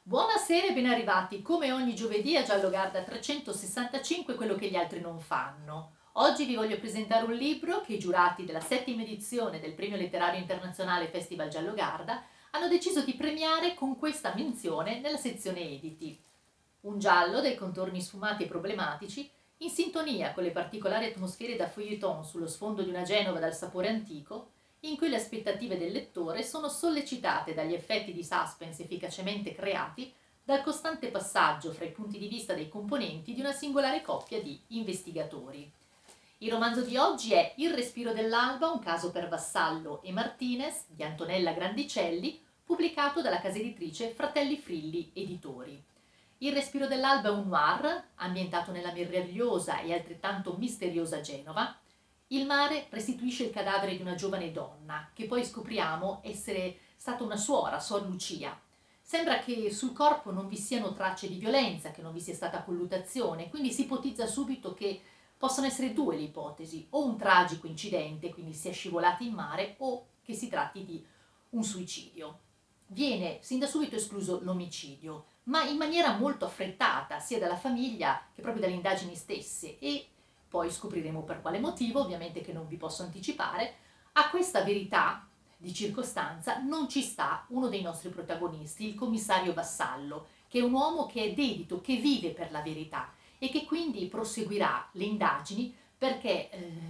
Buonasera e ben arrivati, come ogni giovedì a Giallogarda 365, quello che gli altri non fanno. Oggi vi voglio presentare un libro che i giurati della settima edizione del Premio Letterario Internazionale Festival Giallogarda hanno deciso di premiare con questa menzione nella sezione editi. Un giallo dai contorni sfumati e problematici, in sintonia con le particolari atmosfere da feuilleton sullo sfondo di una Genova dal sapore antico, in cui le aspettative del lettore sono sollecitate dagli effetti di suspense efficacemente creati dal costante passaggio fra i punti di vista dei componenti di una singolare coppia di investigatori. Il romanzo di oggi è Il respiro dell'alba, un caso per Vassallo e Martinez di Antonella Grandicelli, pubblicato dalla casa editrice Fratelli Frilli Editori. Il respiro dell'alba è un noir ambientato nella meravigliosa e altrettanto misteriosa Genova. Il mare restituisce il cadavere di una giovane donna, che poi scopriamo essere stata una suora, Sor Lucia. Sembra che sul corpo non vi siano tracce di violenza, che non vi sia stata colluttazione, quindi si ipotizza subito che possono essere due le ipotesi, o un tragico incidente, quindi si è scivolati in mare, o che si tratti di un suicidio. Viene sin da subito escluso l'omicidio, ma in maniera molto affrettata, sia dalla famiglia che proprio dalle indagini stesse, e poi scopriremo per quale motivo, ovviamente che non vi posso anticipare. A questa verità di circostanza non ci sta uno dei nostri protagonisti, il commissario Vassallo, che è un uomo che è dedito, che vive per la verità e che quindi proseguirà le indagini perché,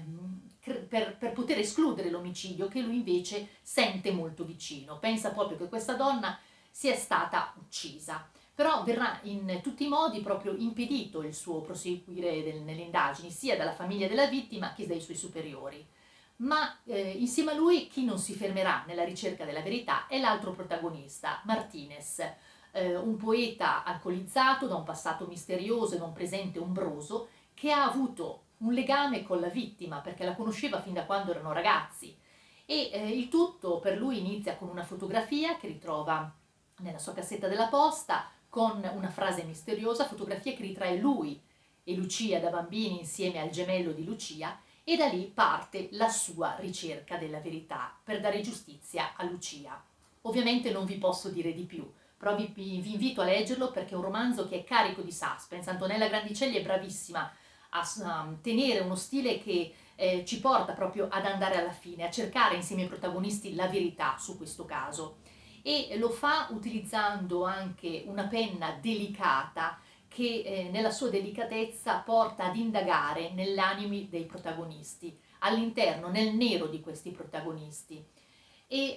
per poter escludere l'omicidio che lui invece sente molto vicino. Pensa proprio che questa donna sia stata uccisa, però verrà in tutti i modi proprio impedito il suo proseguire nelle indagini, sia dalla famiglia della vittima che dai suoi superiori. Ma insieme a lui chi non si fermerà nella ricerca della verità è l'altro protagonista, Martinez, un poeta alcolizzato da un passato misterioso e da un presente ombroso, che ha avuto un legame con la vittima perché la conosceva fin da quando erano ragazzi, e il tutto per lui inizia con una fotografia che ritrova nella sua cassetta della posta con una frase misteriosa, fotografia che ritrae lui e Lucia da bambini insieme al gemello di Lucia, e da lì parte la sua ricerca della verità per dare giustizia a Lucia. Ovviamente non vi posso dire di più, però vi invito a leggerlo perché è un romanzo che è carico di suspense. Antonella Grandicelli è bravissima a tenere uno stile che ci porta proprio ad andare alla fine, a cercare insieme ai protagonisti la verità su questo caso, e lo fa utilizzando anche una penna delicata che nella sua delicatezza porta ad indagare nell'animi dei protagonisti, all'interno, nel nero di questi protagonisti. E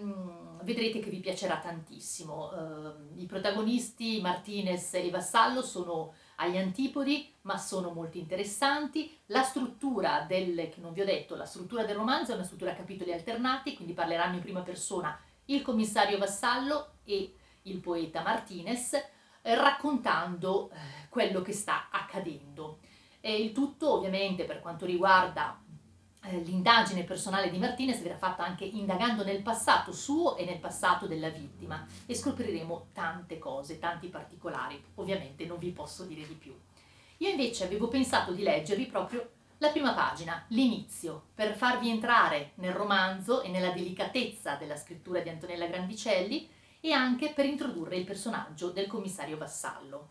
vedrete che vi piacerà tantissimo. I protagonisti Martinez e Vassallo sono agli antipodi, ma sono molto interessanti. La struttura che non vi ho detto, la struttura del romanzo è una struttura a capitoli alternati, quindi parleranno in prima persona il commissario Vassallo e il poeta Martinez, raccontando quello che sta accadendo. E il tutto ovviamente per quanto riguarda l'indagine personale di Martinez verrà fatta anche indagando nel passato suo e nel passato della vittima, e scopriremo tante cose, tanti particolari. Ovviamente non vi posso dire di più. Io invece avevo pensato di leggervi proprio la prima pagina, l'inizio, per farvi entrare nel romanzo e nella delicatezza della scrittura di Antonella Grandicelli, e anche per introdurre il personaggio del commissario Vassallo.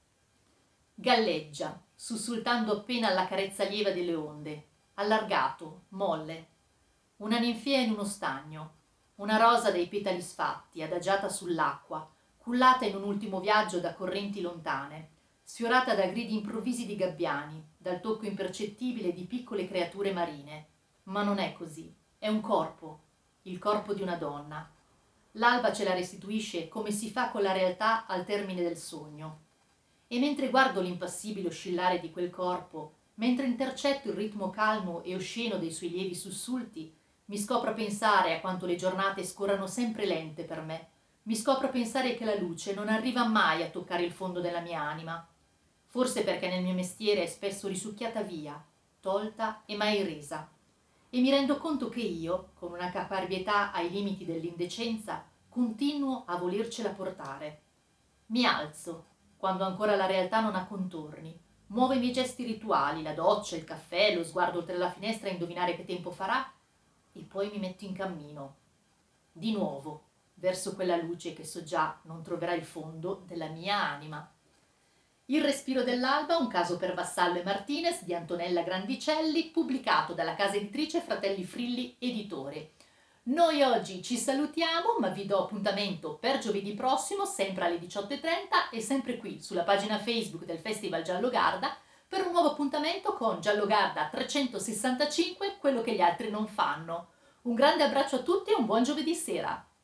Galleggia, sussultando appena alla carezza lieve delle onde, allargato, molle. Una ninfea in uno stagno, una rosa dai petali sfatti, adagiata sull'acqua, cullata in un ultimo viaggio da correnti lontane, sfiorata da gridi improvvisi di gabbiani, dal tocco impercettibile di piccole creature marine. Ma non è così, è un corpo, il corpo di una donna. L'alba ce la restituisce come si fa con la realtà al termine del sogno. E mentre guardo l'impassibile oscillare di quel corpo, mentre intercetto il ritmo calmo e osceno dei suoi lievi sussulti, mi scopro a pensare a quanto le giornate scorrano sempre lente per me. Mi scopro a pensare che la luce non arriva mai a toccare il fondo della mia anima. Forse perché nel mio mestiere è spesso risucchiata via, tolta e mai resa. E mi rendo conto che io, con una caparbietà ai limiti dell'indecenza, continuo a volercela portare. Mi alzo, quando ancora la realtà non ha contorni, muovo i miei gesti rituali, la doccia, il caffè, lo sguardo oltre la finestra a indovinare che tempo farà, e poi mi metto in cammino. Di nuovo. verso quella luce che so già non troverà il fondo della mia anima. Il respiro dell'alba, un caso per Vassallo e Martinez di Antonella Grandicelli, pubblicato dalla casa editrice Fratelli Frilli Editore. Noi oggi ci salutiamo, ma vi do appuntamento per giovedì prossimo, sempre alle 18:30 e sempre qui sulla pagina Facebook del Festival Giallogarda per un nuovo appuntamento con Giallogarda 365, quello che gli altri non fanno. Un grande abbraccio a tutti e un buon giovedì sera!